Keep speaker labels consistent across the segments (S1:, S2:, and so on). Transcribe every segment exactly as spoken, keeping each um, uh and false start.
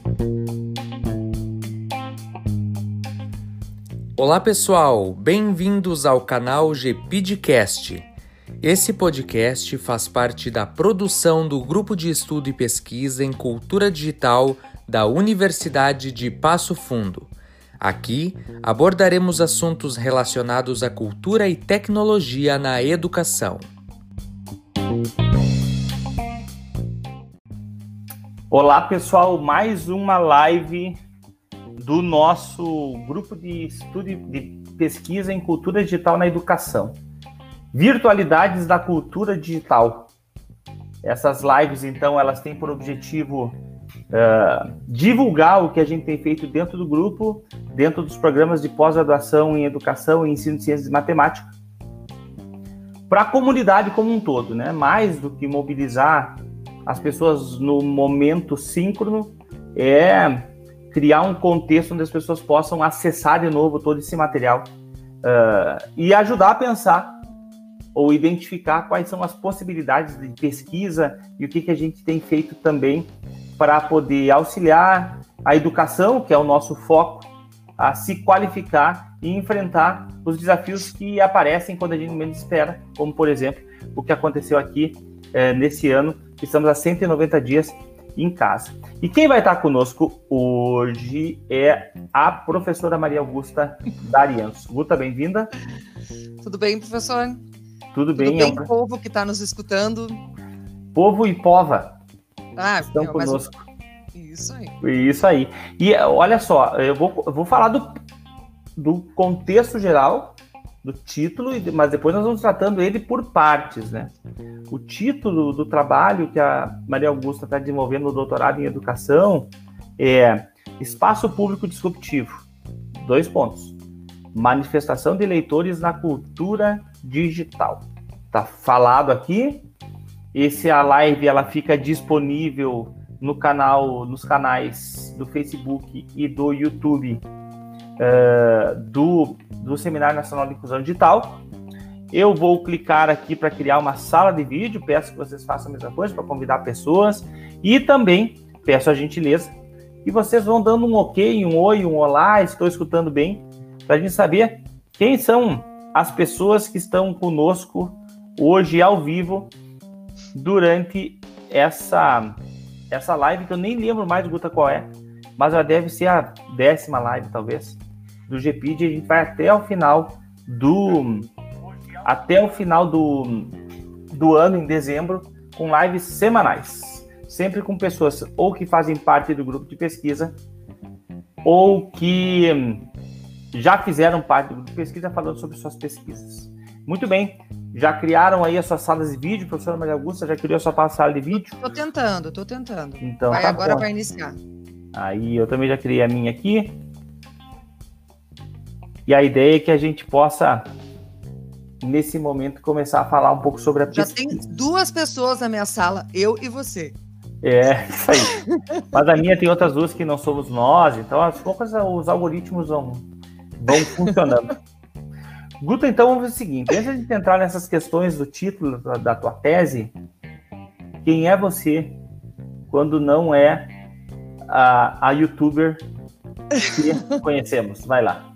S1: Olá pessoal, bem-vindos ao canal GPDcast. Esse podcast faz parte da produção do Grupo de Estudo e Pesquisa em Cultura Digital da Universidade de Passo Fundo. Aqui abordaremos assuntos relacionados à cultura e tecnologia na educação.
S2: Olá pessoal, mais uma live do nosso grupo de estudo de pesquisa em cultura digital na educação. Virtualidades da cultura digital. Essas lives, então, elas têm por objetivo uh, divulgar o que a gente tem feito dentro do grupo, dentro dos programas de pós-graduação em educação e ensino de ciências e matemática, para a comunidade como um todo, né? Mais do que mobilizar as pessoas no momento síncrono, é criar um contexto onde as pessoas possam acessar de novo todo esse material uh, e ajudar a pensar ou identificar quais são as possibilidades de pesquisa e o que, que a gente tem feito também para poder auxiliar a educação, que é o nosso foco, a se qualificar e enfrentar os desafios que aparecem quando a gente menos espera, como, por exemplo, o que aconteceu aqui eh, nesse ano, que estamos há cento e noventa dias em casa. E quem vai estar conosco hoje é a professora Maria Augusta D'Arienzo. Guta, bem-vinda.
S3: Tudo bem, professor?
S2: Tudo, Tudo
S3: bem,
S2: bem,
S3: é um... povo que está nos escutando.
S2: Povo e pova
S3: ah,
S2: estão
S3: meu,
S2: conosco.
S3: Mas... Isso aí.
S2: Isso aí. E olha só, eu vou, eu vou falar do, do contexto geral, do título, mas depois nós vamos tratando ele por partes, né? O título do trabalho que a Maria Augusta está desenvolvendo no doutorado em educação é Espaço Público Disruptivo. Dois pontos. Manifestação de leitores na cultura digital. Tá falado aqui. Esse a live ela fica disponível no canal, nos canais do Facebook e do YouTube uh, do, do Seminário Nacional de Inclusão Digital. Eu vou clicar aqui para criar uma sala de vídeo, peço que vocês façam a mesma coisa para convidar pessoas e também peço a gentileza que vocês vão dando um ok, um oi, um olá, estou escutando bem, para a gente saber quem são as pessoas que estão conosco hoje ao vivo durante essa, essa live, que eu nem lembro mais, Guta, qual é, mas ela deve ser a décima live, talvez, do GPD, e a gente vai até o final do... até o final do, do ano, em dezembro, com lives semanais. Sempre com pessoas ou que fazem parte do grupo de pesquisa ou que já fizeram parte do grupo de pesquisa falando sobre suas pesquisas. Muito bem. Já criaram aí as suas salas de vídeo? Professora Maria Augusta, já criou a sua sala de vídeo?
S3: Estou tentando, estou tentando.
S2: Então,
S3: vai,
S2: tá
S3: agora
S2: bom.
S3: Vai iniciar.
S2: Aí eu também já criei a minha aqui. E a ideia é que a gente possa... nesse momento, começar a falar um pouco sobre a
S3: Já
S2: pesquisa.
S3: tem duas pessoas na minha sala, eu e você.
S2: É, isso aí. Mas a minha tem outras duas que não somos nós, então aos poucos os algoritmos vão, vão funcionando. Guta, então vamos ver o seguinte, antes de a gente entrar nessas questões do título da, da tua tese, quem é você quando não é a, a youtuber que conhecemos? Vai lá.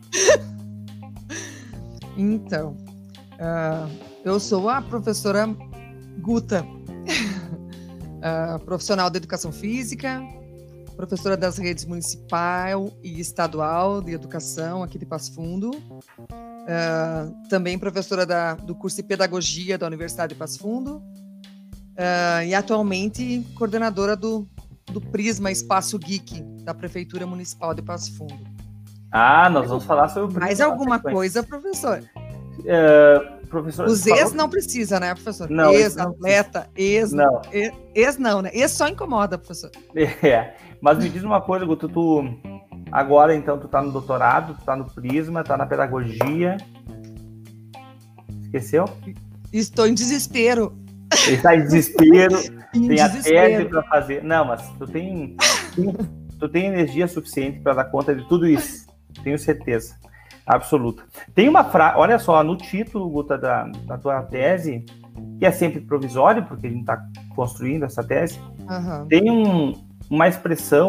S3: Então... Uh, eu sou a professora Guta, uh, profissional da educação física, professora das redes municipal e estadual de educação aqui de Passo Fundo, uh, também professora da, do curso de pedagogia da Universidade de Passo Fundo uh, e atualmente coordenadora do, do Prisma Espaço Geek da Prefeitura Municipal de Passo Fundo.
S2: Ah, nós vamos falar sobre o Prisma.
S3: Mais alguma coisa, professor?
S2: Uh, professor,
S3: Os ex falou... não precisa, né, professor?
S2: Não,
S3: ex-atleta, ex...
S2: Não.
S3: Ex, ex não, né? Ex só incomoda, professor.
S2: É, mas me diz uma coisa, Guto, tu agora, então, tu tá no doutorado, tu tá no Prisma, tá na pedagogia. Esqueceu?
S3: Estou em desespero.
S2: Ele tá em desespero,
S3: em
S2: tem
S3: desespero.
S2: a tese para fazer. Não, mas tu tem, tem, tu tem energia suficiente para dar conta de tudo isso, tenho certeza. Absoluta. Tem uma frase, olha só, no título, Guta, da, da tua tese, que é sempre provisório, porque a gente está construindo essa tese, uhum. Tem um, uma expressão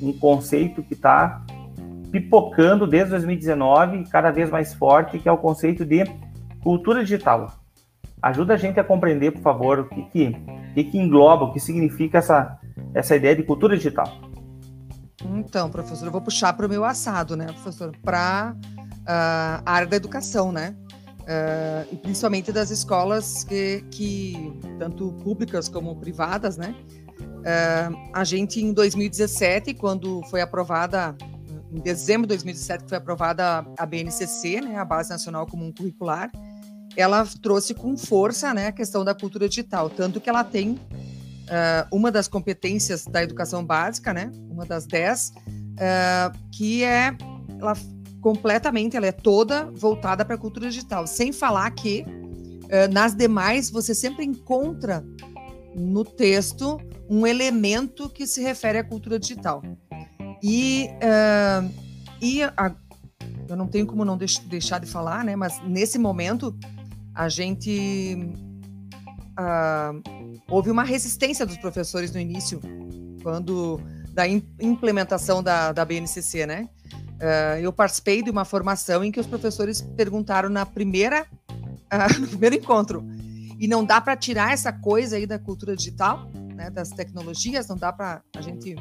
S2: um conceito que está pipocando desde dois mil e dezenove, cada vez mais forte, que é o conceito de cultura digital. Ajuda a gente a compreender, por favor, o que, que, que, que engloba, o que significa essa, essa ideia de cultura digital.
S3: Então, professor, eu vou puxar para o meu assado, né, professor? Para uh, a área da educação, né? Uh, e principalmente das escolas que, que, tanto públicas como privadas, né? Uh, a gente, em dois mil e dezessete, quando foi aprovada, em dezembro de dois mil e dezessete, foi aprovada a B N C C, né, a Base Nacional Comum Curricular, ela trouxe com força, né, a questão da cultura digital, tanto que ela tem uh, uma das competências da educação básica, né, uma das dez, uh, que é ela completamente, ela é toda voltada para a cultura digital, sem falar que uh, nas demais você sempre encontra no texto um elemento que se refere à cultura digital. E, uh, e a, eu não tenho como não deix, deixar de falar, né? Mas nesse momento a gente uh, houve uma resistência dos professores no início, quando da in, implementação da, da B N C C, né? Uh, eu participei de uma formação em que os professores perguntaram na primeira, uh, no primeiro encontro, e não dá para tirar essa coisa aí da cultura digital, né? Das tecnologias, não dá para a gente...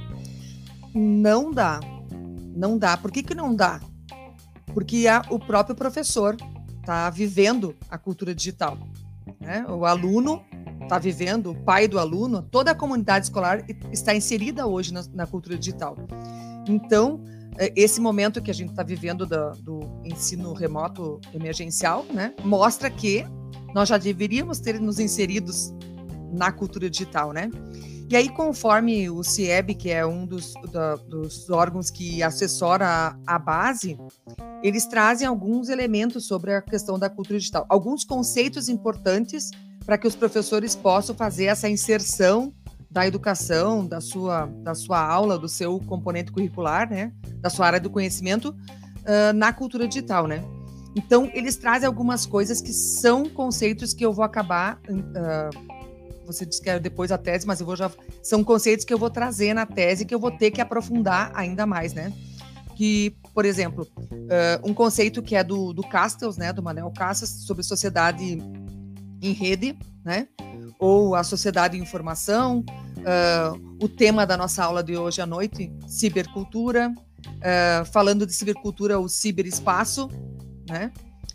S3: Não dá, não dá. Por que que não dá? Porque a, o próprio professor está vivendo a cultura digital, né? O aluno está vivendo, o pai do aluno, toda a comunidade escolar está inserida hoje na, na cultura digital. Então, esse momento que a gente está vivendo do, do ensino remoto emergencial, né, mostra que nós já deveríamos ter nos inseridos na cultura digital, né? E aí, conforme o CIEB, que é um dos, da, dos órgãos que assessora a, a base, eles trazem alguns elementos sobre a questão da cultura digital, alguns conceitos importantes para que os professores possam fazer essa inserção da educação, da sua, da sua aula, do seu componente curricular, né, da sua área do conhecimento, uh, na cultura digital, né? Então, eles trazem algumas coisas que são conceitos que eu vou acabar... Uh, você disse que é depois a tese, mas eu vou já... São conceitos que eu vou trazer na tese, que eu vou ter que aprofundar ainda mais, né? Que, por exemplo, uh, um conceito que é do, do Castells, né? Do Manuel Castells, sobre sociedade em rede, né? Ou a sociedade em informação. Uh, o tema da nossa aula de hoje à noite, cibercultura. Uh, falando de cibercultura, o ciberespaço, né?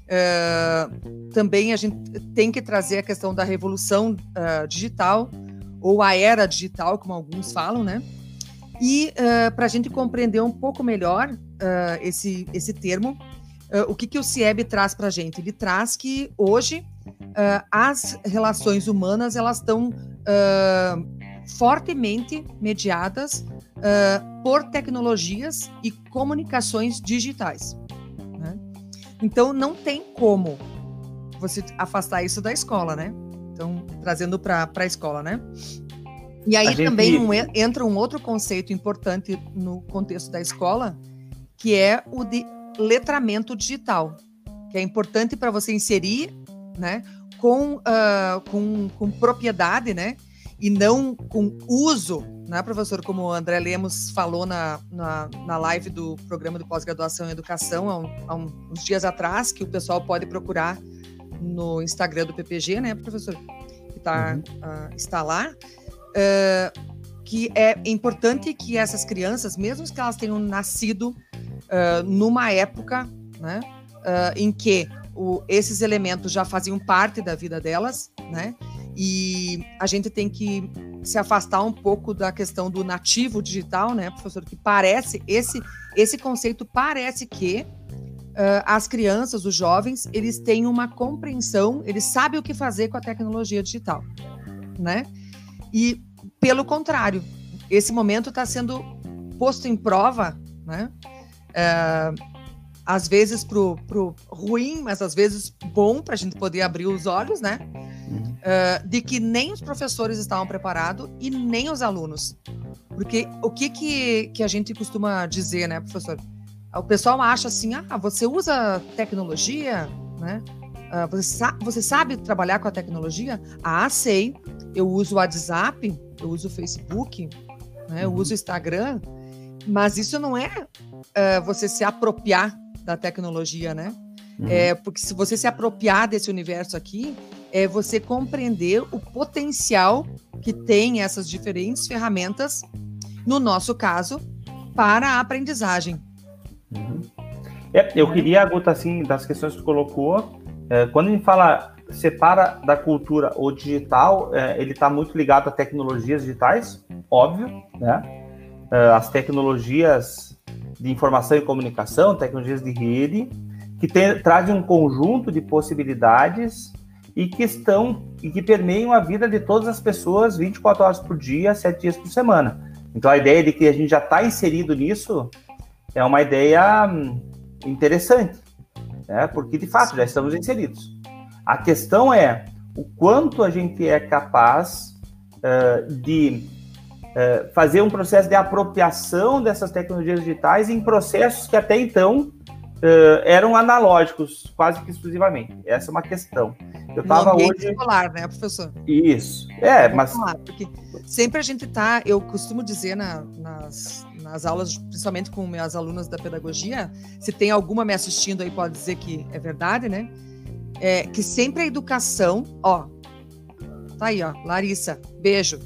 S3: Uh, também a gente tem que trazer a questão da revolução uh, digital, ou a era digital, como alguns falam, né? E uh, para a gente compreender um pouco melhor uh, esse, esse termo, uh, o que, que o CIEB traz para a gente? Ele traz que hoje uh, as relações humanas elas estão uh, fortemente mediadas uh, por tecnologias e comunicações digitais. Então, não tem como você afastar isso da escola, né? Então, trazendo para a escola, né? E aí gente... também um, entra um outro conceito importante no contexto da escola, que é o de letramento digital, que é importante para você inserir, né, com, uh, com, com propriedade, né? E não com uso, né, professor? Como o André Lemos falou na, na, na live do programa de pós-graduação em educação há, um, há uns dias atrás, que o pessoal pode procurar no Instagram do P P G, né, professor? Que tá, uhum. uh, está lá. Uh, que é importante que essas crianças, mesmo que elas tenham nascido uh, numa época, né, uh, em que o, esses elementos já faziam parte da vida delas, né? E a gente tem que se afastar um pouco da questão do nativo digital, né, professor? Que parece, esse, esse conceito parece que uh, as crianças, os jovens, eles têm uma compreensão, eles sabem o que fazer com a tecnologia digital, né? E, pelo contrário, esse momento está sendo posto em prova, né? Uh, às vezes pro, pro ruim, mas às vezes bom, para a gente poder abrir os olhos, né? Uh, de que nem os professores estavam preparados e nem os alunos. Porque o que, que, que a gente costuma dizer, né, professor? O pessoal acha assim, ah, você usa tecnologia, né? Uh, você, sa- você sabe trabalhar com a tecnologia? Ah, sei. Eu uso o WhatsApp, eu uso o Facebook, né? Eu uso o Instagram. mas isso não é uh, você se apropriar da tecnologia, né? Uhum. É, porque se você se apropriar desse universo aqui, é você compreender o potencial que tem essas diferentes ferramentas, no nosso caso, para a aprendizagem.
S2: Uhum. É, eu queria, Guta, assim, das questões que tu colocou, é, quando a gente fala, separa da cultura o digital, é, ele está muito ligado a tecnologias digitais, óbvio, né? É, as tecnologias de informação e comunicação, tecnologias de rede, que tem, trazem um conjunto de possibilidades e que estão e que permeiam a vida de todas as pessoas vinte e quatro horas por dia, sete dias por semana. Então a ideia de que a gente já está inserido nisso é uma ideia interessante, né? Porque de fato já estamos inseridos. A questão é o quanto a gente é capaz uh, de uh, fazer um processo de apropriação dessas tecnologias digitais em processos que até então Uh, eram analógicos, quase que exclusivamente. Essa é uma questão. Eu estava hoje...
S3: escolar, né, professor?
S2: Isso. É, mas...
S3: Falar, porque sempre a gente tá... Eu costumo dizer na, nas, nas aulas, principalmente com minhas alunas da pedagogia, se tem alguma me assistindo aí, pode dizer que é verdade, né? É, que sempre a educação... Ó, tá aí, ó, Larissa, beijo.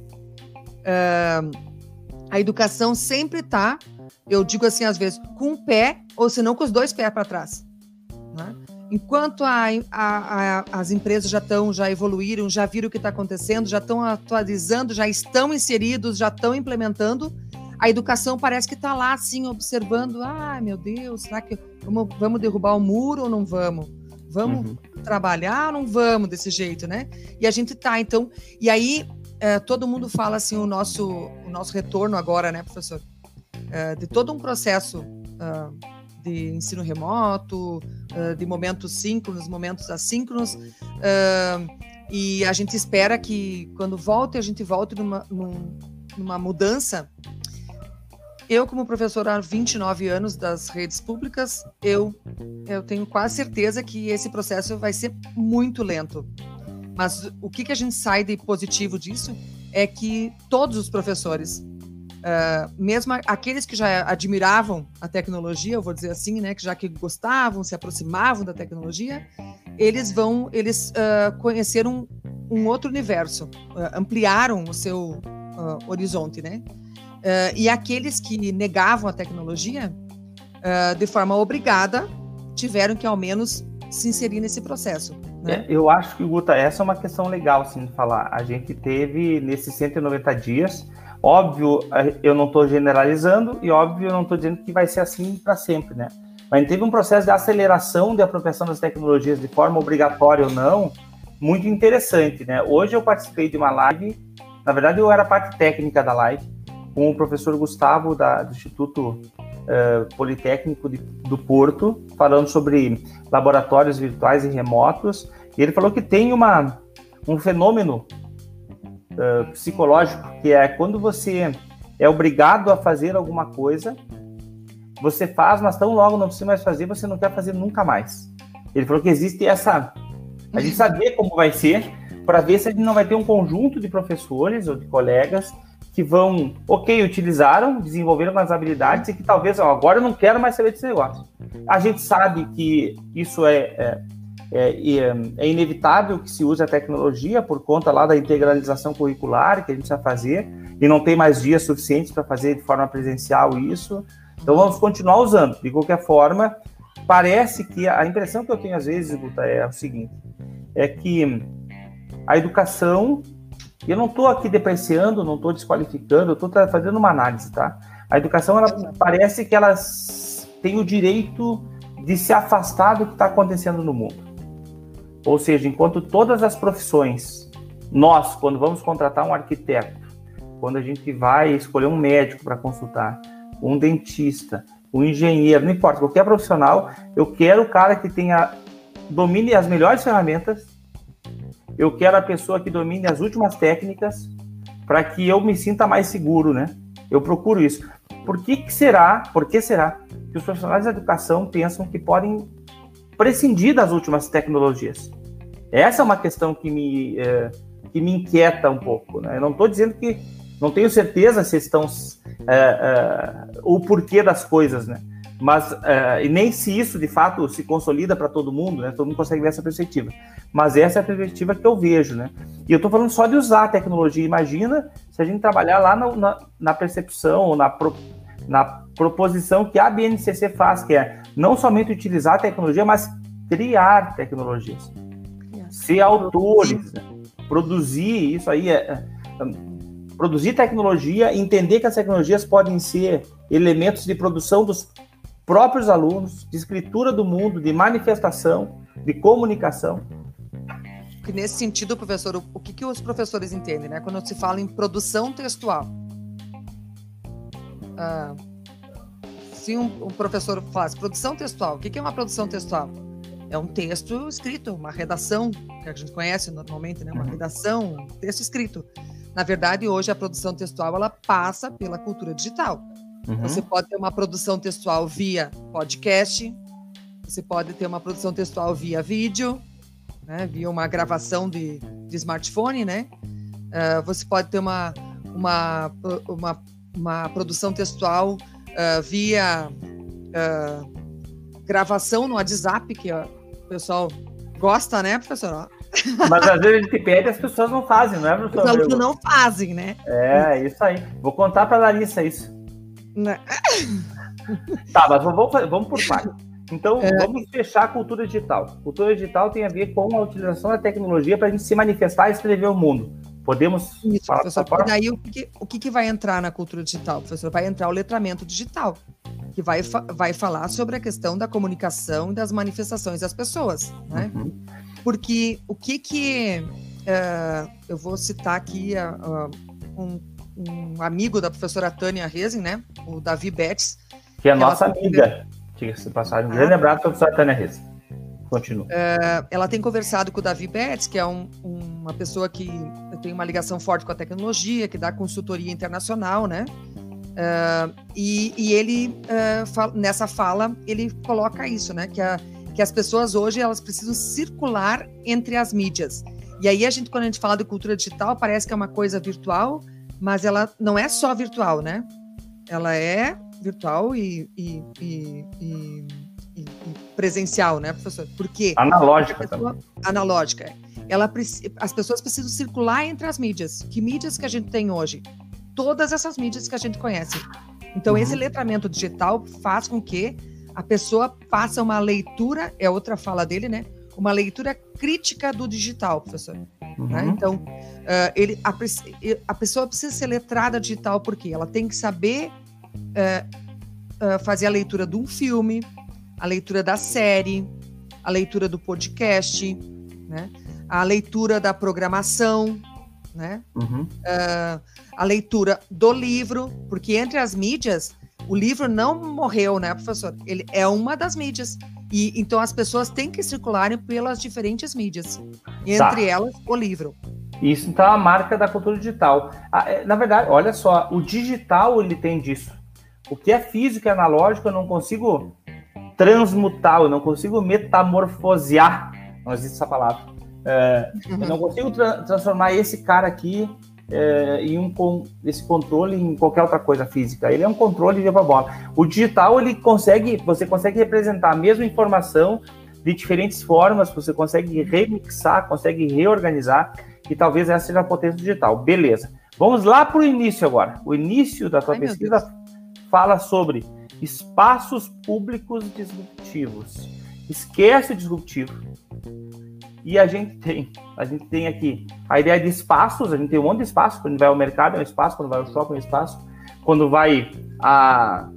S3: Uh, a educação sempre tá... Eu digo assim, às vezes, com um pé, ou se não, com os dois pés para trás. Né? Enquanto a, a, a, as empresas já estão, já evoluíram, já viram o que está acontecendo, já estão atualizando, já estão inseridos, já estão implementando, a educação parece que está lá, assim, observando. Ah, meu Deus, será que vamos, vamos derrubar o muro ou não vamos? Vamos uhum. trabalhar ou não vamos desse jeito, né? E a gente tá, então... E aí, é, todo mundo fala, assim, o nosso, o nosso retorno agora, né, professor? Uh, de todo um processo uh, de ensino remoto, uh, de momentos síncronos, momentos assíncronos, uh, e a gente espera que quando volte, a gente volte numa, num, numa mudança. Eu, como professora há vinte e nove anos das redes públicas, eu, eu tenho quase certeza que esse processo vai ser muito lento. Mas o que, que a gente sai de positivo disso é que todos os professores, Uh, mesmo aqueles que já admiravam a tecnologia, eu vou dizer assim, né, que já que gostavam, se aproximavam da tecnologia, eles vão, eles uh, conheceram um, um outro universo, uh, ampliaram o seu uh, horizonte, né? Uh, e aqueles que negavam a tecnologia, uh, de forma obrigada, tiveram que ao menos se inserir nesse processo. Né?
S2: É, eu acho que, Guta, essa é uma questão legal, assim, de falar. A gente teve, nesses cento e noventa dias, óbvio, eu não estou generalizando e, óbvio, eu não estou dizendo que vai ser assim para sempre, né? Mas a gente teve um processo de aceleração de apropriação das tecnologias de forma obrigatória ou não, muito interessante, né? Hoje eu participei de uma live, na verdade eu era parte técnica da live, com o professor Gustavo, da, do Instituto uh, Politécnico de, do Porto, falando sobre laboratórios virtuais e remotos, e ele falou que tem uma, um fenômeno Uh, psicológico, que é quando você é obrigado a fazer alguma coisa, você faz, mas tão logo não precisa mais fazer, você não quer fazer nunca mais. Ele falou que existe essa... A gente saber como vai ser, para ver se a gente não vai ter um conjunto de professores ou de colegas que vão, ok, utilizaram, desenvolveram as habilidades e que talvez, ó, agora eu não quero mais saber desse negócio. A gente sabe que isso é... é É, é inevitável que se use a tecnologia por conta lá da integralização curricular que a gente vai fazer e não tem mais dias suficientes para fazer de forma presencial isso, então vamos continuar usando. De qualquer forma, parece que a impressão que eu tenho às vezes, Guta, é o seguinte, é que a educação, eu não estou aqui depreciando, não estou desqualificando, eu estou fazendo uma análise, tá? A educação, ela parece que ela tem o direito de se afastar do que está acontecendo no mundo. Ou seja, enquanto todas as profissões, nós, quando vamos contratar um arquiteto, quando a gente vai escolher um médico para consultar, um dentista, um engenheiro, não importa, qualquer profissional, eu quero o cara que tenha, domine as melhores ferramentas, eu quero a pessoa que domine as últimas técnicas para que eu me sinta mais seguro, né? Eu procuro isso. Por que que será, por que será que os profissionais da educação pensam que podem prescindir das últimas tecnologias? Essa é uma questão que me, é, que me inquieta um pouco, né? Eu não estou dizendo que, não tenho certeza se estão é, é, o porquê das coisas, né? Mas, é, e nem se isso, de fato, se consolida para todo mundo, né? Todo mundo consegue ver essa perspectiva. Mas essa é a perspectiva que eu vejo, né? E eu estou falando só de usar a tecnologia. Imagina se a gente trabalhar lá na, na, na percepção, na, pro, na proposição que a B N C C faz, que é não somente utilizar a tecnologia, mas criar tecnologias. Ser autores, né? Produzir, isso aí é... é produzir tecnologia, entender que as tecnologias podem ser elementos de produção dos próprios alunos, de escritura do mundo, de manifestação, de comunicação.
S3: Que nesse sentido, professor, o, o que, que os professores entendem, né? Quando se fala em produção textual. Ah, se um, um professor faz produção textual, o que, que é uma produção textual? É um texto escrito, uma redação, que a gente conhece normalmente, né? Uma redação, um texto escrito. Na verdade, hoje a produção textual ela passa pela cultura digital. Uhum. Você pode ter uma produção textual via podcast, você pode ter uma produção textual via vídeo, né, via uma gravação de, de smartphone, né? Uh, você pode ter uma, uma, uma, uma produção textual uh, via uh, gravação no WhatsApp, que ó, o pessoal gosta, né, professor?
S2: Mas às vezes a gente pede e as pessoas não fazem, não é, professor?
S3: Os alunos não fazem, né?
S2: É, isso aí. Vou contar para a Larissa isso. Não. Tá, mas vamos, vamos por parte. Então, é. vamos fechar a cultura digital. Cultura digital tem a ver com a utilização da tecnologia para a gente se manifestar e escrever o mundo. Podemos
S3: isso,
S2: falar
S3: professor. E daí, o, que, o que vai entrar na cultura digital, professor? Vai entrar o letramento digital, que vai, vai falar sobre a questão da comunicação e das manifestações das pessoas, né? Uhum. Porque o que que... Uh, eu vou citar aqui uh, um, um amigo da professora Tânia Rezin, né? O Davi Betts.
S2: Que é nossa amiga. Diga-se de passagem. Um grande abraço para a professora Tânia Rezin. Continua.
S3: Uh, ela tem conversado com o Davi Betts, que é um, uma pessoa que tem uma ligação forte com a tecnologia, que dá consultoria internacional, né? Uh, e, e ele, uh, fala, nessa fala, ele coloca isso, né? Que a que as pessoas hoje, elas precisam circular entre as mídias. E aí, a gente, quando a gente fala de cultura digital, parece que é uma coisa virtual, mas ela não é só virtual, né? Ela é virtual e, e, e, e, e presencial, né, professor? Porque...
S2: Analógica
S3: pessoa,
S2: também.
S3: Analógica. Ela, as pessoas precisam circular entre as mídias. Que mídias que a gente tem hoje? Todas essas mídias que a gente conhece. Então, uhum. esse letramento digital faz com que a pessoa passa uma leitura, é outra fala dele, né? Uma leitura crítica do digital, professor. Uhum. Né? Então, uh, ele, a, a pessoa precisa ser letrada digital porque ela tem que saber uh, uh, fazer a leitura de um filme, a leitura da série, a leitura do podcast, né? A leitura da programação, né? Uhum. Uh, a leitura do livro, porque entre as mídias, o livro não morreu, né, professor? Ele é uma das mídias. E então as pessoas têm que circularem pelas diferentes mídias. Entre tá. elas, o livro.
S2: Isso, então, é a marca da cultura digital. Na verdade, olha só, o digital, ele tem disso. O que é físico e analógico, eu não consigo transmutar, eu não consigo metamorfosear. Não existe essa palavra. É, uhum. Eu não consigo tra- transformar esse cara aqui É, e um, esse controle em qualquer outra coisa física. Ele é um controle de bola. O digital, ele consegue, você consegue representar a mesma informação de diferentes formas, você consegue remixar, consegue reorganizar, e talvez essa seja a potência digital. Beleza. Vamos lá para o início agora. O início da tua Ai, pesquisa fala sobre espaços públicos disruptivos. Esquece o disruptivo. E a gente tem, a gente tem aqui a ideia de espaços, a gente tem um monte de espaço, quando vai ao mercado é um espaço, quando vai ao shopping é um espaço, quando vai a,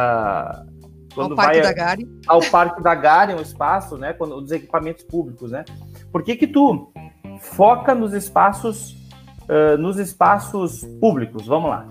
S2: a quando
S3: ao Parque
S2: vai
S3: da Gare.
S2: ao Parque da Gare é um espaço, né, quando os equipamentos públicos, né? Por que que tu foca nos espaços uh, nos espaços públicos? Vamos lá.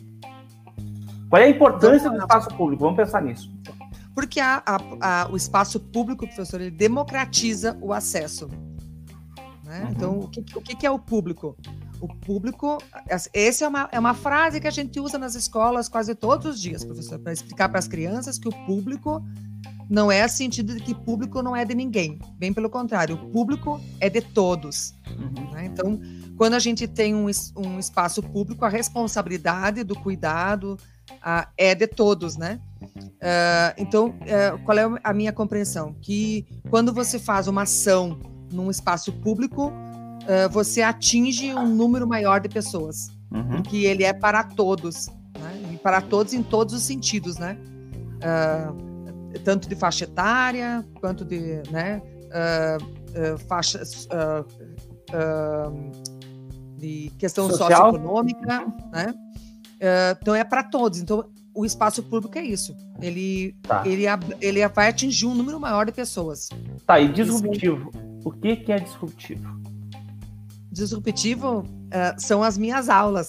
S2: Qual é a importância do espaço público? Vamos pensar nisso.
S3: Porque a, a, a, o espaço público, professor, ele democratiza o acesso. Né? Uhum. Então, o que, o que é o público? O público, essa é uma, é uma frase que a gente usa nas escolas quase todos os dias, professor, para explicar para as crianças que o público não é sentido de que público não é de ninguém. Bem pelo contrário, o público é de todos. Uhum. Né? Então, quando a gente tem um, um espaço público, a responsabilidade do cuidado, a, é de todos, né? Uh, então, uh, qual é a minha compreensão? Que quando você faz uma ação num espaço público, uh, você atinge um número maior de pessoas,
S2: Uhum.
S3: porque ele é para todos, né? E para todos em todos os sentidos, né? Uh, tanto de faixa etária, quanto de, né, uh, uh, faixas uh, uh, de questão
S2: Social.
S3: socioeconômica, né? Uh, então é para todos. Então o espaço público é isso. Ele,
S2: Tá.
S3: ele, ele vai atingir um número maior de pessoas.
S2: Tá, e disruptivo? O que, que é disruptivo?
S3: Disruptivo uh, são as minhas aulas.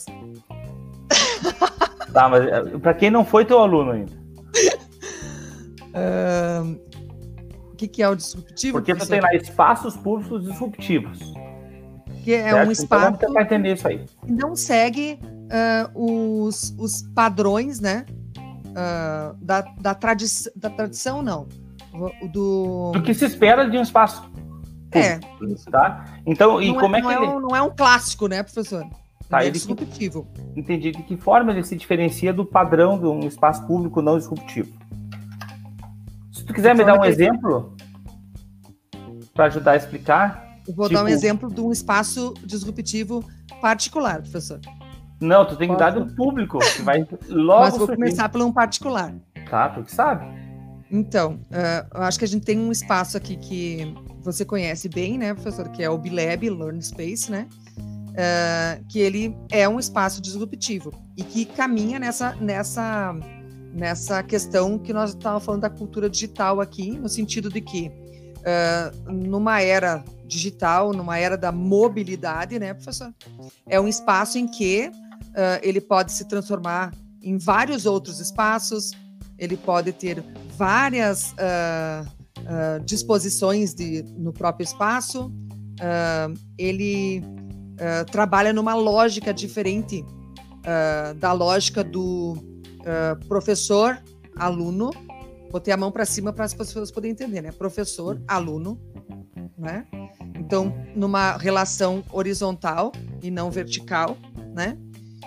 S2: Tá, mas para quem não foi teu aluno ainda.
S3: Uh, o que, que é o disruptivo?
S2: Porque tu tem lá espaços públicos disruptivos.
S3: Que é
S2: certo?
S3: um espaço
S2: então, vamos tentar entender isso aí.
S3: que não segue uh, os, os padrões, né? Uh, da, da, tradi da tradição, não. O, do...
S2: Do que se espera de um espaço
S3: É.
S2: público, tá? Então, e
S3: não
S2: como
S3: é,
S2: é,
S3: não
S2: que
S3: é
S2: ele...
S3: um, não é um clássico, né, professor?
S2: Tá,
S3: ele é
S2: ele-
S3: disruptivo.
S2: Entendi. De que forma ele se diferencia do padrão de um espaço público não disruptivo? Se tu quiser
S3: De
S2: me dar um
S3: forma que-
S2: exemplo para ajudar a explicar.
S3: Eu vou dar um
S2: Tipo-
S3: exemplo de um espaço disruptivo particular, professor.
S2: Não, tu tem que dar
S3: Posso?
S2: do público, que vai logo
S3: Mas vou
S2: surgir.
S3: começar por um particular.
S2: Tá, tu que sabe.
S3: Então, uh, eu acho que a gente tem um espaço aqui que você conhece bem, né, professor? Que é o B-Lab, Learn Space, né? Uh, que ele é um espaço disruptivo e que caminha nessa, nessa, nessa questão que nós estávamos falando da cultura digital aqui, no sentido de que uh, numa era digital, numa era da mobilidade, né, professor? É um espaço em que uh, ele pode se transformar em vários outros espaços, ele pode ter várias uh, uh, disposições de, no próprio espaço, uh, ele uh, trabalha numa lógica diferente uh, da lógica do uh, professor-aluno. Botei a mão para cima para as pessoas poderem entender, né? Professor-aluno, né? Então, numa relação horizontal e não vertical, né?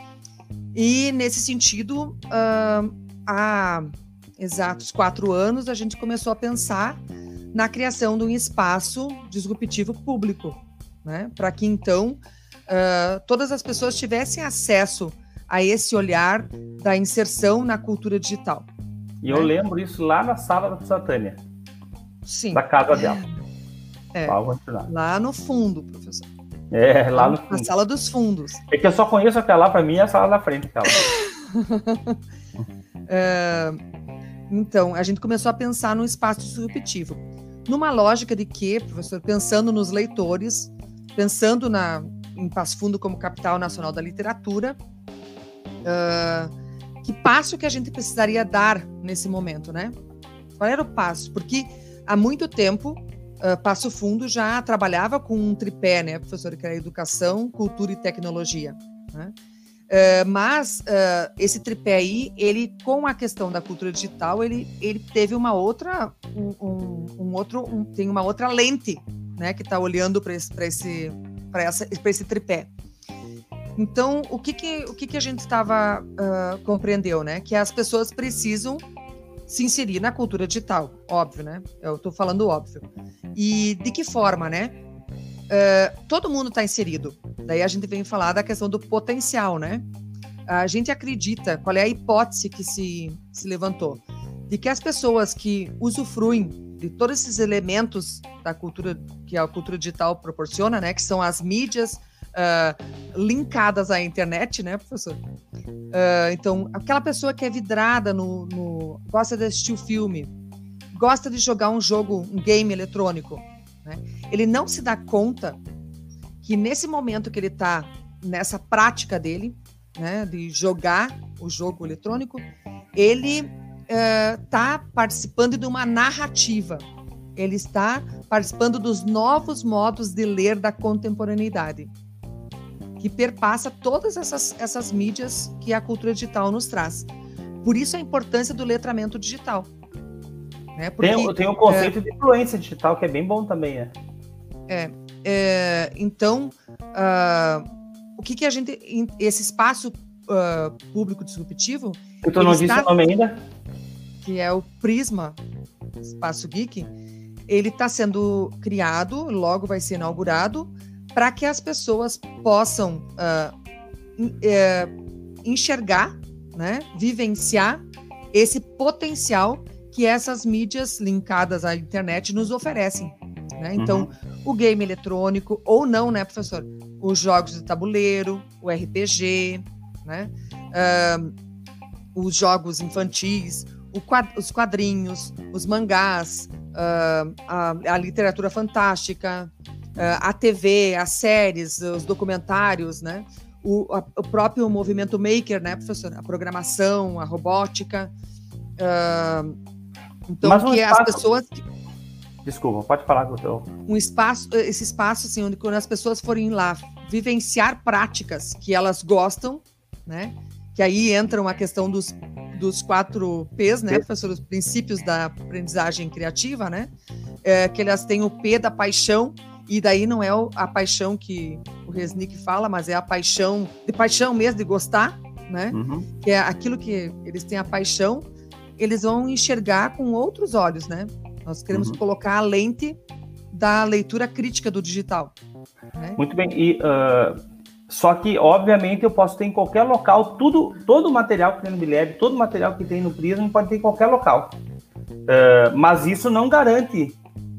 S3: E, nesse sentido, uh, há exatos quatro anos, a gente começou a pensar na criação de um espaço disruptivo público, né? Para que, então, uh, todas as pessoas tivessem acesso a esse olhar da inserção na cultura digital.
S2: E eu
S3: É.
S2: lembro isso lá na sala da professora Tânia,
S3: Sim,
S2: da casa dela.
S3: É.
S2: Pode continuar.
S3: lá no fundo, professor.
S2: É, lá no
S3: Na
S2: fundo.
S3: sala dos fundos.
S2: É que eu só conheço aquela lá, pra mim, é a sala da frente. Aquela.
S3: É, então, a gente começou a pensar num espaço disruptivo. Numa lógica de que, professor, pensando nos leitores, pensando na, em Passo Fundo como capital nacional da literatura, uh, que passo que a gente precisaria dar nesse momento, né? Qual era o passo? Porque há muito tempo, uh, Passo Fundo já trabalhava com um tripé, né, professor, que era educação, cultura e tecnologia, né? Uh, mas uh, esse tripé aí, ele, com a questão da cultura digital, ele, ele teve uma outra, um, um, um outro, um, tem uma outra lente, né, que está olhando para esse, para esse, para essa, para esse tripé. Então, o que que, o que, que a gente estava uh, compreendeu, né, que as pessoas precisam se inserir na cultura digital, óbvio, né? Eu estou falando óbvio. E de que forma, né? Uh, todo mundo está inserido. Daí a gente vem falar da questão do potencial, né? A gente acredita, qual é a hipótese que se, se levantou? De que as pessoas que usufruem de todos esses elementos da cultura, que a cultura digital proporciona, né? Que são as mídias uh, linkadas à internet, né, professor? Uh, então, aquela pessoa que é vidrada no, no... gosta de assistir o filme, gosta de jogar um jogo, um game eletrônico, né? Ele não se dá conta que nesse momento que ele está nessa prática dele, né, de jogar o jogo eletrônico, ele está uh, participando de uma narrativa. Ele está participando dos novos modos de ler da contemporaneidade, que perpassa todas essas, essas mídias que a cultura digital nos traz. Por isso a importância do letramento digital. Né? Porque,
S2: tem, tem o conceito é, de influência digital, que é bem bom também, né?
S3: É, é, então, uh, o que, que a gente... Esse espaço uh, público disruptivo.
S2: Eu tô não disse o nome ainda?
S3: Que é o Prisma Espaço Geek. Ele está sendo criado, logo vai ser inaugurado, para que as pessoas possam uh, uh, enxergar, né, vivenciar esse potencial que essas mídias linkadas à internet nos oferecem. Né? Então, uhum. o game eletrônico, ou não, né, professor? Os jogos de tabuleiro, o R P G, né? Uh, os jogos infantis, o quad- os quadrinhos, os mangás, uh, a, a literatura fantástica, uh, a T V, as séries, os documentários, né? O, a, o próprio movimento maker, né, professor? A programação, a robótica. Uh, então,
S2: Mas um
S3: que
S2: espaço...
S3: as pessoas...
S2: Desculpa, pode falar com o teu...
S3: Um espaço, esse espaço, assim, onde quando as pessoas forem lá vivenciar práticas que elas gostam, né? Que aí entram a questão dos, dos quatro P's, né, professor? Os princípios da aprendizagem criativa, né? É, que elas têm o P da paixão, e daí não é a paixão que o Resnick fala, mas é a paixão, de paixão mesmo, de gostar, né? Uhum. Que é aquilo que eles têm a paixão, eles vão enxergar com outros olhos, né? Nós queremos uhum. colocar a lente da leitura crítica do digital. Né?
S2: Muito bem. E, uh, só que, obviamente, eu posso ter em qualquer local, tudo, todo o material que tem no Bileb, todo o material que tem no Prisma, pode ter em qualquer local. Uh, mas isso não garante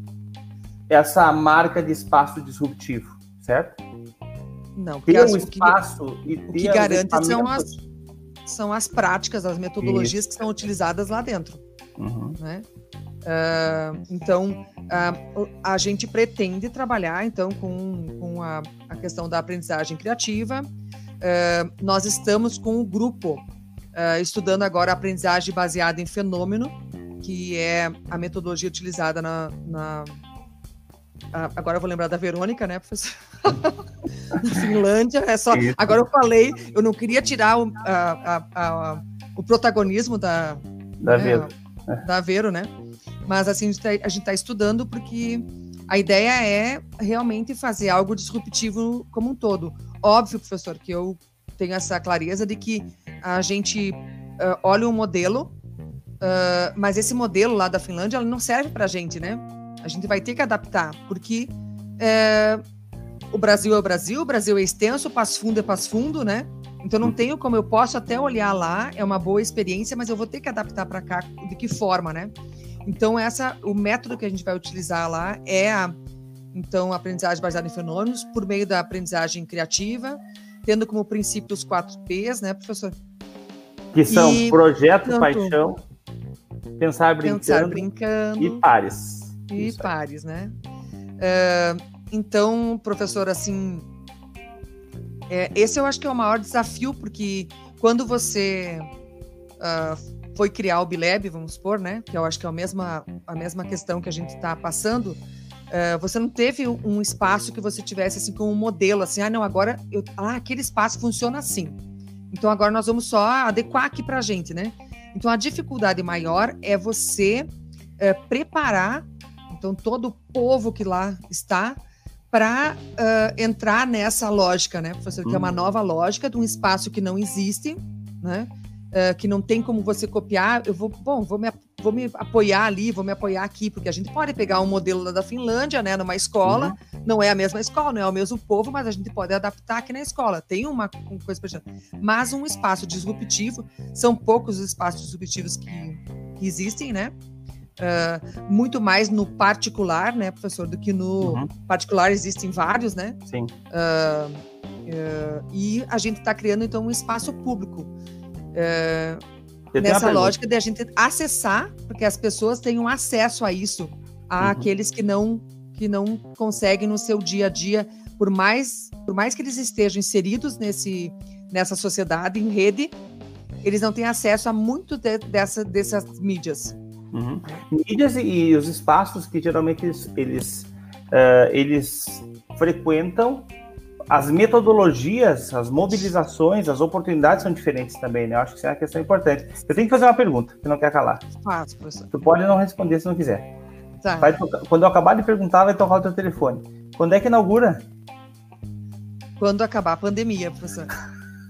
S2: essa marca de espaço disruptivo, certo?
S3: Não,
S2: porque
S3: ter um
S2: espaço
S3: o que,
S2: e ter
S3: o que garante são as, são as práticas, as metodologias isso. que são utilizadas lá dentro. Uhum. Né? Uh, então, uh, a gente pretende trabalhar então com, com a, a questão da aprendizagem criativa. Uh, nós estamos com o grupo uh, estudando agora a aprendizagem baseada em fenômeno, que é a metodologia utilizada na... na uh, agora eu vou lembrar da Verônica, né, professor? Na Finlândia. É só, agora eu falei, eu não queria tirar o, a, a, a, o protagonismo da...
S2: Da
S3: né,
S2: Vero.
S3: Da Vero, né? Mas assim, a gente está estudando porque a ideia é realmente fazer algo disruptivo como um todo. Óbvio, professor, que eu tenho essa clareza de que a gente uh, olha um modelo, uh, mas esse modelo lá da Finlândia ela não serve para a gente, né? A gente vai ter que adaptar, porque uh, o Brasil é o Brasil, o Brasil é extenso, Passo Fundo é Passo Fundo, né? Então não tenho como, eu posso até olhar lá, é uma boa experiência, mas eu vou ter que adaptar para cá de que forma, né? Então, essa, o método que a gente vai utilizar lá é a então, a aprendizagem baseada em fenômenos, por meio da aprendizagem criativa, tendo como princípio os quatro P's, né, professor?
S2: Que são e, projeto, tanto, paixão, pensar brincando,
S3: pensar brincando
S2: e pares.
S3: E Isso pares, é. né? Uh, então, professor, assim, é, esse eu acho que é o maior desafio, porque quando você... Uh, foi criar o Bileb, vamos supor, né? Que eu acho que é a mesma, a mesma questão que a gente está passando. Uh, você não teve um espaço que você tivesse assim como um modelo, assim, ah, não, agora eu, ah, aquele espaço funciona assim. Então agora nós vamos só adequar aqui para a gente, né? Então a dificuldade maior é você uh, preparar, então todo o povo que lá está para uh, entrar nessa lógica, né, professor? Que é uma nova lógica de um espaço que não existe, né? Uh, que não tem como você copiar, eu vou, bom, vou me, vou me apoiar ali, vou me apoiar aqui, porque a gente pode pegar um modelo lá da Finlândia, né, numa escola, uhum. não é a mesma escola, não é o mesmo povo, mas a gente pode adaptar aqui na escola, tem uma, uma coisa pra... mas um espaço disruptivo, são poucos os espaços disruptivos que, que existem, né, uh, muito mais no particular, né, professor, do que no uhum. particular, existem vários, né,
S2: sim,
S3: uh, uh, e a gente está criando, então, um espaço público, É, nessa lógica de a gente acessar, porque as pessoas tenham acesso a isso, a uhum. aqueles que não, que não conseguem no seu dia a dia, por mais, por mais que eles estejam inseridos nesse, nessa sociedade, em rede, eles não têm acesso a muito de, dessa, dessas mídias.
S2: Uhum. Mídias e, e os espaços que geralmente eles, eles, uh, eles frequentam. As metodologias, as mobilizações, as oportunidades são diferentes também, né? Eu acho que isso é uma questão importante. Eu tenho que fazer uma pergunta, que não quer calar.
S3: Faz, professor.
S2: Tu pode não responder se não quiser.
S3: Tá.
S2: Vai tocar, quando eu acabar de perguntar, vai tocar o teu telefone. Quando é que inaugura?
S3: Quando acabar a pandemia, professor.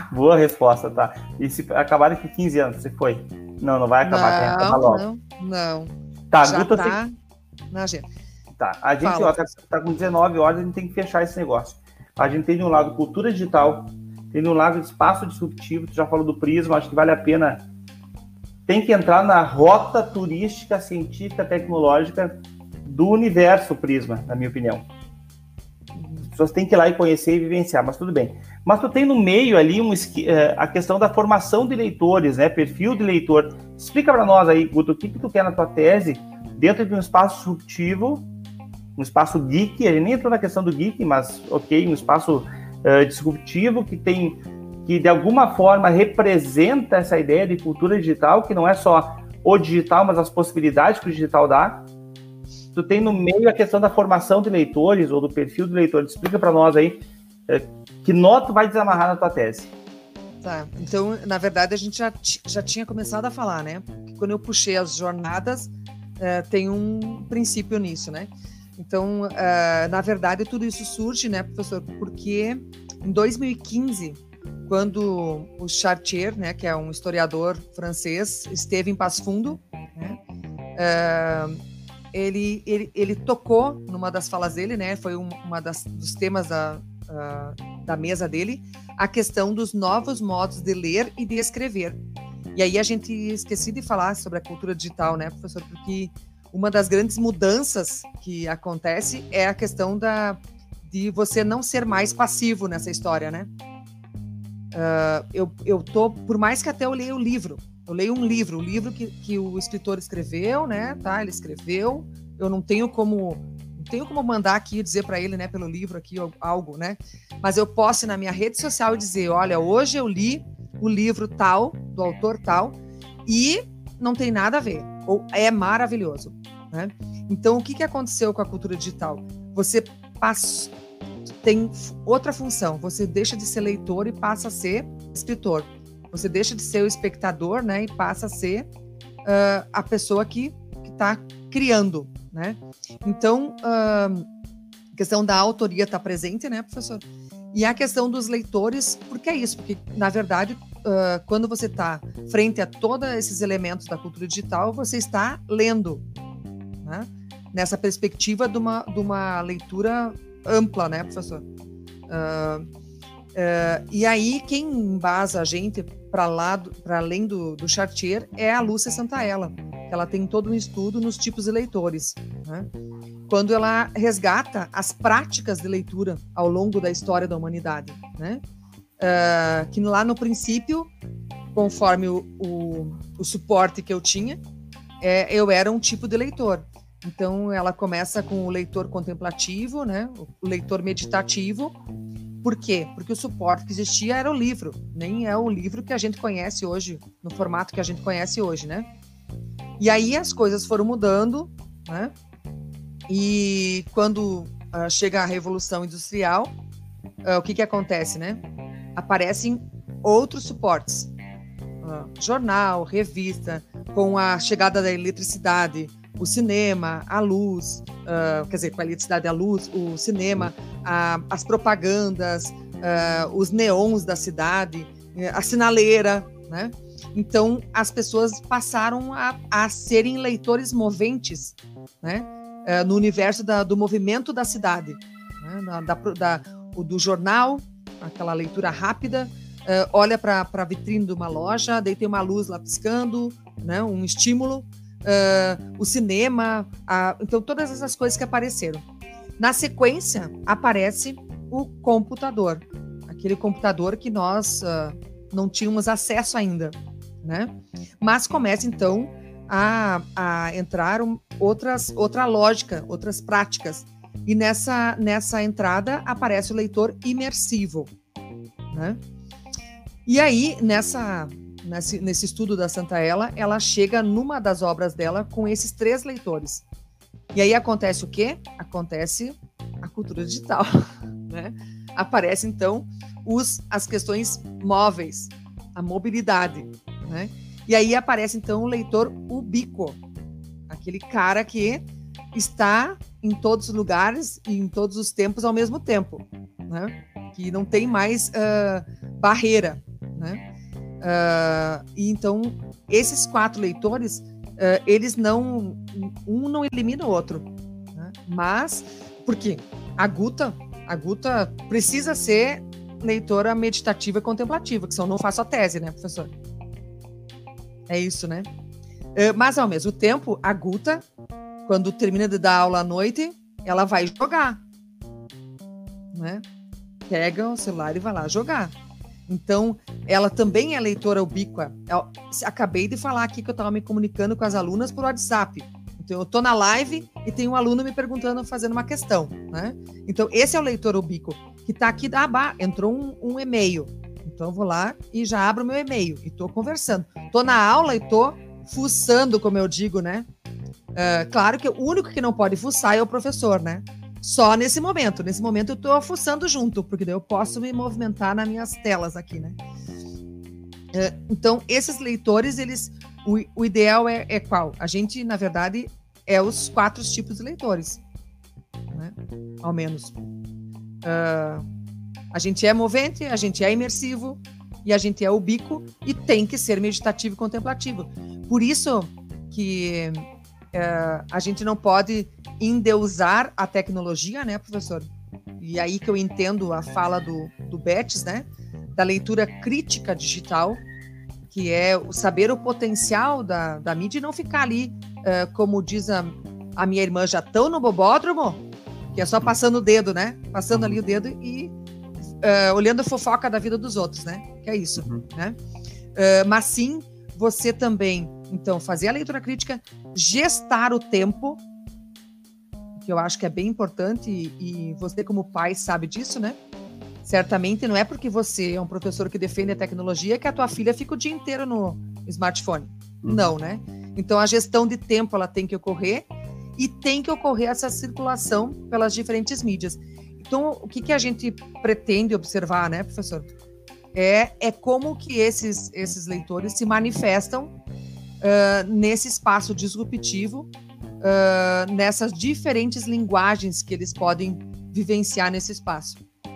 S2: Boa resposta, tá. E se acabar daqui quinze anos, você foi? Não, não vai acabar,
S3: não,
S2: tem que acabar logo.
S3: Não, não.
S2: Tá,
S3: Já
S2: Guta,
S3: tá
S2: tem...
S3: na agenda.
S2: Tá, a gente
S3: Fala.
S2: ó, tá, tá com dezenove horas, a gente tem que fechar esse negócio. A gente tem de um lado cultura digital, tem de um lado espaço disruptivo, tu já falou do Prisma, acho que vale a pena. Tem que entrar na rota turística, científica, tecnológica do universo Prisma, na minha opinião. As pessoas têm que ir lá e conhecer e vivenciar, mas tudo bem. Mas tu tem no meio ali um, a questão da formação de leitores, né? Perfil de leitor. Explica para nós aí, Guto, o que, que tu quer na tua tese dentro de um espaço disruptivo, um espaço geek, a gente nem entrou na questão do geek, mas ok, um espaço uh, disruptivo que tem, que de alguma forma representa essa ideia de cultura digital, que não é só o digital, mas as possibilidades que o digital dá. Tu tem no meio a questão da formação de leitores ou do perfil do leitor. Explica para nós aí uh, que nó tu vai desamarrar na tua tese.
S3: Tá, então, na verdade, a gente já, já tinha começado a falar, né? Quando eu puxei as jornadas, uh, tem um princípio nisso, né? Então, uh, na verdade, tudo isso surge, né, professor? Porque em dois mil e quinze, quando o Chartier, né, que é um historiador francês, esteve em Passo Fundo, né, uh, ele, ele, ele tocou numa das falas dele, né? Foi um, uma das, dos temas da, uh, da mesa dele, a questão dos novos modos de ler e de escrever. E aí a gente esqueci de falar sobre a cultura digital, né, professor? Porque uma das grandes mudanças que acontece é a questão da, de você não ser mais passivo nessa história, né? Uh, eu, eu tô, por mais que até eu leia o livro, eu leio um livro, o livro que, que o escritor escreveu, né? Tá, ele escreveu, eu não tenho como, não tenho como mandar aqui e dizer para ele, né, pelo livro aqui algo, né? Mas eu posso ir na minha rede social e dizer, olha, hoje eu li o livro tal, do autor tal, e não tem nada a ver, ou é maravilhoso, né? Então, o que, que aconteceu com a cultura digital? Você passa, tem outra função, você deixa de ser leitor e passa a ser escritor. Você deixa de ser o espectador, né, e passa a ser uh, a pessoa que está criando, né? Então, uh, a questão da autoria está presente, né, professor? E a questão dos leitores, por que é isso? Porque, na verdade, uh, quando você está frente a todos esses elementos da cultura digital, você está lendo, né? Nessa perspectiva de uma, de uma leitura ampla, né, professor? Uh, uh, e aí, quem embasa a gente para além do, do Chartier é a Lúcia Santaella, que ela tem todo um estudo nos tipos de leitores, né? Quando ela resgata as práticas de leitura ao longo da história da humanidade, né? Uh, que lá no princípio, conforme o, o, o suporte que eu tinha, é, eu era um tipo de leitor. Então, ela começa com o leitor contemplativo, né? O leitor meditativo. Por quê? Porque o suporte que existia era o livro, nem é o livro que a gente conhece hoje, no formato que a gente conhece hoje, né? E aí as coisas foram mudando, né? E quando uh, chega a Revolução Industrial, uh, o que que acontece, né? Aparecem outros suportes, uh, jornal, revista, com a chegada da eletricidade, o cinema, a luz, uh, quer dizer, com a eletricidade, a luz, o cinema, a, as propagandas, uh, os neons da cidade, a sinaleira, né? Então, as pessoas passaram a, a serem leitores moventes, né? Uh, no universo da, do movimento da cidade, né? da, da, da, o, do jornal, aquela leitura rápida, uh, olha para a vitrine de uma loja, daí tem uma luz lá piscando, né? Um estímulo. Uh, o cinema, a, então todas essas coisas que apareceram. Na sequência, aparece o computador, aquele computador que nós uh, não tínhamos acesso ainda, né? Mas começa então a, a entrar um, outras, outra lógica, outras práticas. E nessa, nessa entrada aparece o leitor imersivo, né? E aí, nessa... Nesse, nesse estudo da Santaella, ela chega numa das obras dela com esses três leitores. E aí acontece o quê? Acontece a cultura digital, né? Aparece, então, os, as questões móveis, a mobilidade, né? E aí aparece, então, o leitor ubíquo, aquele cara que está em todos os lugares e em todos os tempos ao mesmo tempo, né? Que não tem mais uh, barreira, né? Uh, e então, esses quatro leitores, uh, eles não... Um não elimina o outro, né? Mas, por quê? A Guta, a Guta precisa ser leitora meditativa e contemplativa, que senão não faço a tese, né, professor? É isso, né? Uh, mas, ao mesmo tempo, a Guta, quando termina de dar aula à noite, ela vai jogar, né? Pega o celular e vai lá jogar. Então, ela também é leitora ubíqua. Eu acabei de falar aqui que eu estava me comunicando com as alunas por WhatsApp. Então, eu estou na live e tem um aluno me perguntando, fazendo uma questão, né? Então, esse é o leitor ubíquo, que está aqui, ah, bah, entrou um, um e-mail. Então, eu vou lá e já abro o meu e-mail e estou conversando. Estou na aula e estou fuçando, como eu digo, né? Uh, claro que o único que não pode fuçar é o professor, né? Só nesse momento. Nesse momento eu estou fuçando junto, porque daí eu posso me movimentar nas minhas telas aqui, né? Uh, então, esses leitores, eles... O, o ideal é, é qual? A gente, na verdade, é os quatro tipos de leitores, né? Ao menos. Uh, a gente é movente, a gente é imersivo e a gente é ubíquo e tem que ser meditativo e contemplativo. Por isso que uh, a gente não pode endeusar a tecnologia, né, professor? E aí que eu entendo a fala do, do Betts, né? Da leitura crítica digital, que é o saber o potencial da, da mídia e não ficar ali, uh, como diz a, a minha irmã, já tão no bobódromo, que é só passando o dedo, né? Passando ali o dedo e uh, olhando a fofoca da vida dos outros, né? Que é isso, uhum. né? Uh, mas sim, você também, então, fazer a leitura crítica, gestar o tempo, que eu acho que é bem importante, e, e você como pai sabe disso, né? Certamente não é porque você é um professor que defende a tecnologia que a tua filha fica o dia inteiro no smartphone. Uhum. Não, né? Então a gestão de tempo ela tem que ocorrer e tem que ocorrer essa circulação pelas diferentes mídias. Então o que, que a gente pretende observar, né, professor? É, é como que esses, esses leitores se manifestam uh, nesse espaço disruptivo, uh, nessas diferentes linguagens que eles podem vivenciar nesse espaço.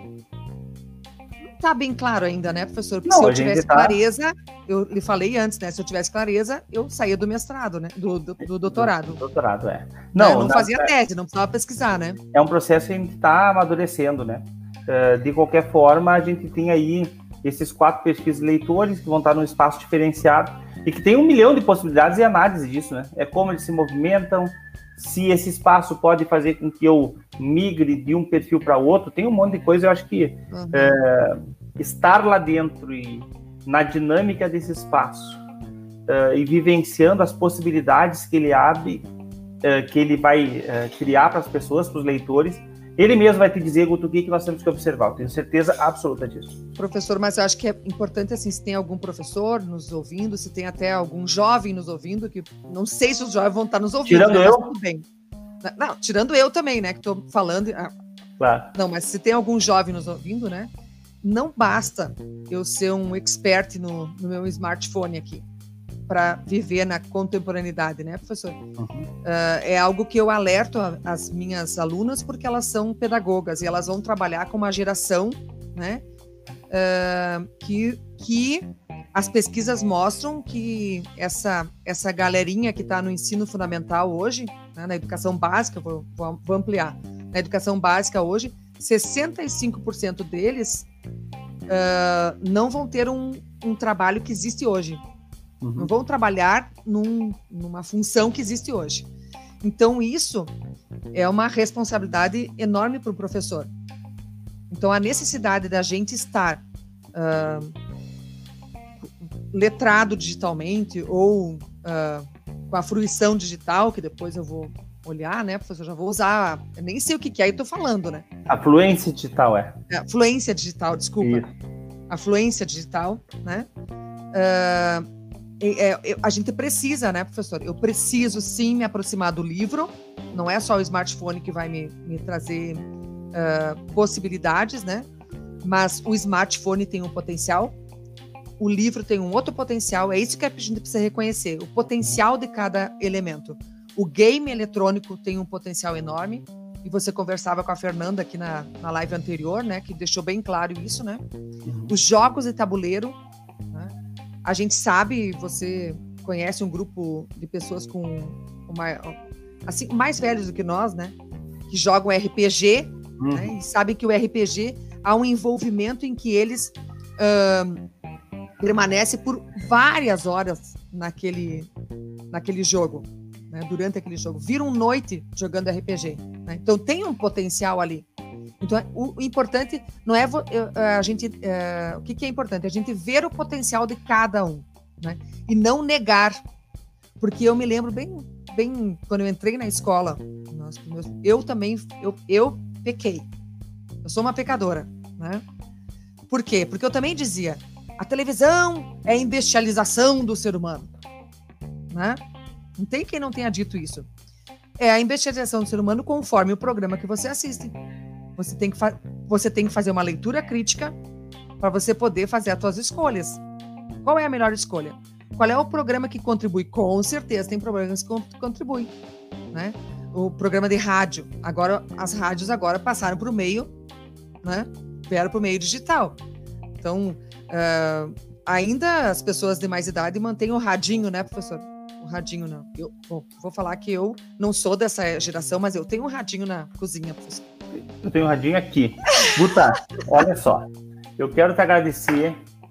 S3: Tá bem claro ainda, né, professor? Porque não, se eu tivesse tá... clareza, eu lhe falei antes, né? Se eu tivesse clareza, eu saía do mestrado, né? Do, do, do doutorado. Do
S2: doutorado, é.
S3: Não, eu não fazia na... tese, não precisava pesquisar, né?
S2: É um processo que a gente está amadurecendo, né? Uh, de qualquer forma, a gente tem aí esses quatro perfis de leitores que vão estar num espaço diferenciado e que tem um milhão de possibilidades e análise disso, né? É como eles se movimentam, se esse espaço pode fazer com que eu migre de um perfil para outro, tem um monte de coisa, eu acho que uhum. é, estar lá dentro e na dinâmica desse espaço é, e vivenciando as possibilidades que ele abre, é, que ele vai é, criar para as pessoas, para os leitores, ele mesmo vai te dizer, Guto, o que nós temos que observar. Eu tenho certeza absoluta disso.
S3: Professor, mas eu acho que é importante, assim, se tem algum professor nos ouvindo, se tem até algum jovem nos ouvindo, que não sei se os jovens vão estar nos ouvindo.
S2: Tirando
S3: né,
S2: eu?
S3: Tudo bem. Não, tirando eu também, né, que estou falando. Ah,
S2: claro.
S3: Não, mas se tem algum jovem nos ouvindo, né, não basta eu ser um expert no, no meu smartphone aqui para viver na contemporaneidade, né, professor? Uhum. Uh, é algo que eu alerto a, as minhas alunas porque elas são pedagogas e elas vão trabalhar com uma geração, né, uh, que, que as pesquisas mostram que essa, essa galerinha que está no ensino fundamental hoje, né, na educação básica, vou, vou, vou ampliar, na educação básica hoje, sessenta e cinco por cento deles uh, não vão ter um, um trabalho que existe hoje. Uhum. Não vão trabalhar num, numa função que existe hoje. Então, isso é uma responsabilidade enorme para o professor. Então, a necessidade da gente estar uh, letrado digitalmente ou uh, com a fruição digital, que depois eu vou olhar, né, professor? Já vou usar, eu nem sei o que, que é, e estou falando, né?
S2: A fluência digital, é.
S3: é fluência digital, desculpa. Isso. A fluência digital, né? Uh, É, é, a gente precisa, né, professor? Eu preciso, sim, me aproximar do livro. Não é só o smartphone que vai me, me trazer uh, possibilidades, né? Mas o smartphone tem um potencial, o livro tem um outro potencial. É isso que a gente precisa reconhecer, o potencial de cada elemento. O game eletrônico tem um potencial enorme, e você conversava com a Fernanda aqui na, na live anterior, né, que deixou bem claro isso, né? Os jogos de tabuleiro a gente sabe, você conhece um grupo de pessoas com uma, assim, mais velhos do que nós, né? Que jogam R P G, hum. né? E sabem que o R P G há um envolvimento em que eles uh, permanecem por várias horas naquele, naquele jogo, né? Durante aquele jogo. Viram noite jogando R P G. Né? Então tem um potencial ali. Então, o, o importante não é a gente... Uh, o que, que é importante? A gente ver o potencial de cada um, né? E não negar. Porque eu me lembro bem, bem quando eu entrei na escola, nós, eu também, eu, eu pequei. Eu sou uma pecadora, né? Por quê? Porque eu também dizia, a televisão é a embestialização do ser humano, né? Não tem quem não tenha dito isso. É a embestialização do ser humano conforme o programa que você assiste. Você tem que, fa- você tem que fazer uma leitura crítica para você poder fazer as suas escolhas. Qual é a melhor escolha? Qual é o programa que contribui? Com certeza tem programas que contribuem, né? O programa de rádio. Agora, as rádios agora passaram para o meio, né? Vieram para o meio digital. Então, uh, ainda as pessoas de mais idade mantêm o radinho, né, professor? O radinho não. Eu bom, vou falar que eu não sou dessa geração, mas eu tenho um radinho na cozinha, professor.
S2: Eu tenho um radinho aqui. Guta, olha só. Eu quero te agradecer.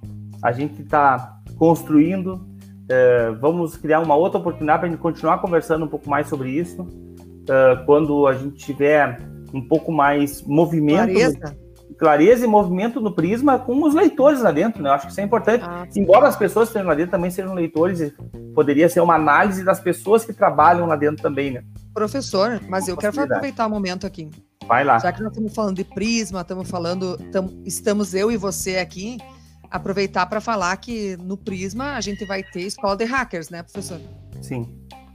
S2: A gente está construindo. É, vamos criar uma outra oportunidade para a gente continuar conversando um pouco mais sobre isso. É, quando a gente tiver um pouco mais movimento.
S3: Clareza.
S2: Clareza e movimento no Prisma com os leitores lá dentro, né? Eu acho que isso é importante. Ah, embora as pessoas que estejam lá dentro também sejam leitores, poderia ser uma análise das pessoas que trabalham lá dentro também, né?
S3: Professor, mas eu quero aproveitar o momento aqui.
S2: Vai lá.
S3: Já que nós estamos falando de Prisma, estamos falando, tam, estamos eu e você aqui, aproveitar para falar que no Prisma a gente vai ter escola de hackers, né, professor?
S2: Sim.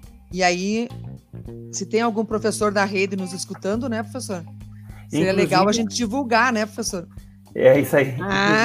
S3: E aí, se tem algum professor da rede nos escutando, né, professor? Seria Inclusive, legal a gente divulgar, né, professor?
S2: É isso aí.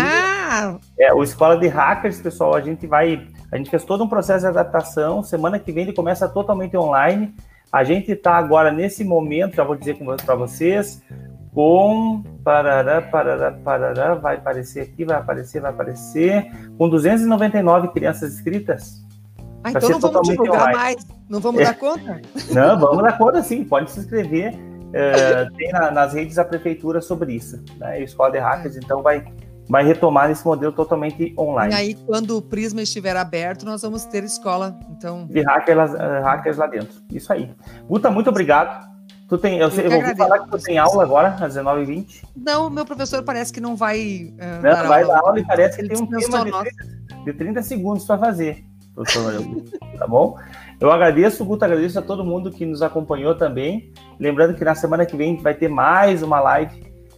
S3: Ah!
S2: É, o Escola de Hackers, pessoal, a gente vai... A gente fez todo um processo de adaptação. Semana que vem ele começa totalmente online. A gente está agora, nesse momento, já vou dizer para vocês, com... Parará, parará, parará, vai aparecer aqui, vai aparecer, vai aparecer. Com duzentas e noventa e nove crianças inscritas.
S3: Ah, então não vamos divulgar online. mais. Não vamos
S2: é.
S3: dar conta?
S2: Não, vamos dar conta sim. Pode se inscrever. Uh, tem na, nas redes da prefeitura sobre isso, né? E Escola de Hackers, é. então vai, vai retomar esse modelo totalmente online.
S3: E aí, quando o Prisma estiver aberto, nós vamos ter escola, então...
S2: de hackers, uh, hackers lá dentro. Isso aí. Guta, muito obrigado. Tu tem, eu, eu, sei, eu vou falar que tu tem aula agora, às dezenove e vinte.
S3: Não, meu professor parece que não vai uh,
S2: não, dar vai aula. dar aula e parece que tem um tema de trinta, de trinta segundos para fazer, professor. Tá bom? Eu agradeço, Guta, agradeço a todo mundo que nos acompanhou também. Lembrando que na semana que vem a gente vai ter mais uma live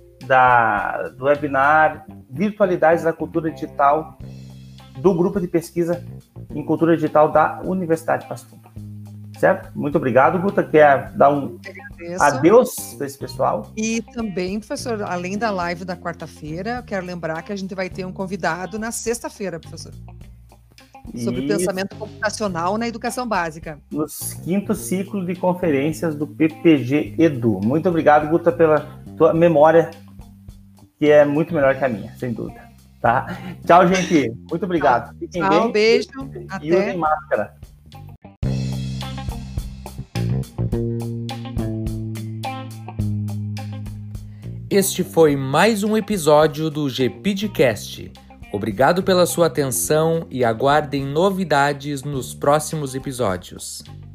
S2: da, do webinar Virtualidades da Cultura Digital do Grupo de Pesquisa em Cultura Digital da Universidade de Passo Fundo. Certo? Muito obrigado, Guta. Quer dar um adeus para esse pessoal?
S3: E também, professor, além da live da quarta-feira, eu quero lembrar que a gente vai ter um convidado na sexta-feira, professor. Sobre Isso. pensamento computacional na educação básica.
S2: No quinto ciclo de conferências do P P G Edu. Muito obrigado, Guta, pela tua memória, que é muito melhor que a minha, sem dúvida. Tá? Tchau, gente. Muito obrigado.
S3: Fiquem Tchau, bem. Beijo.
S2: E
S3: Até.
S2: usem máscara.
S1: Este foi mais um episódio do GPidcast. Obrigado pela sua atenção e aguardem novidades nos próximos episódios.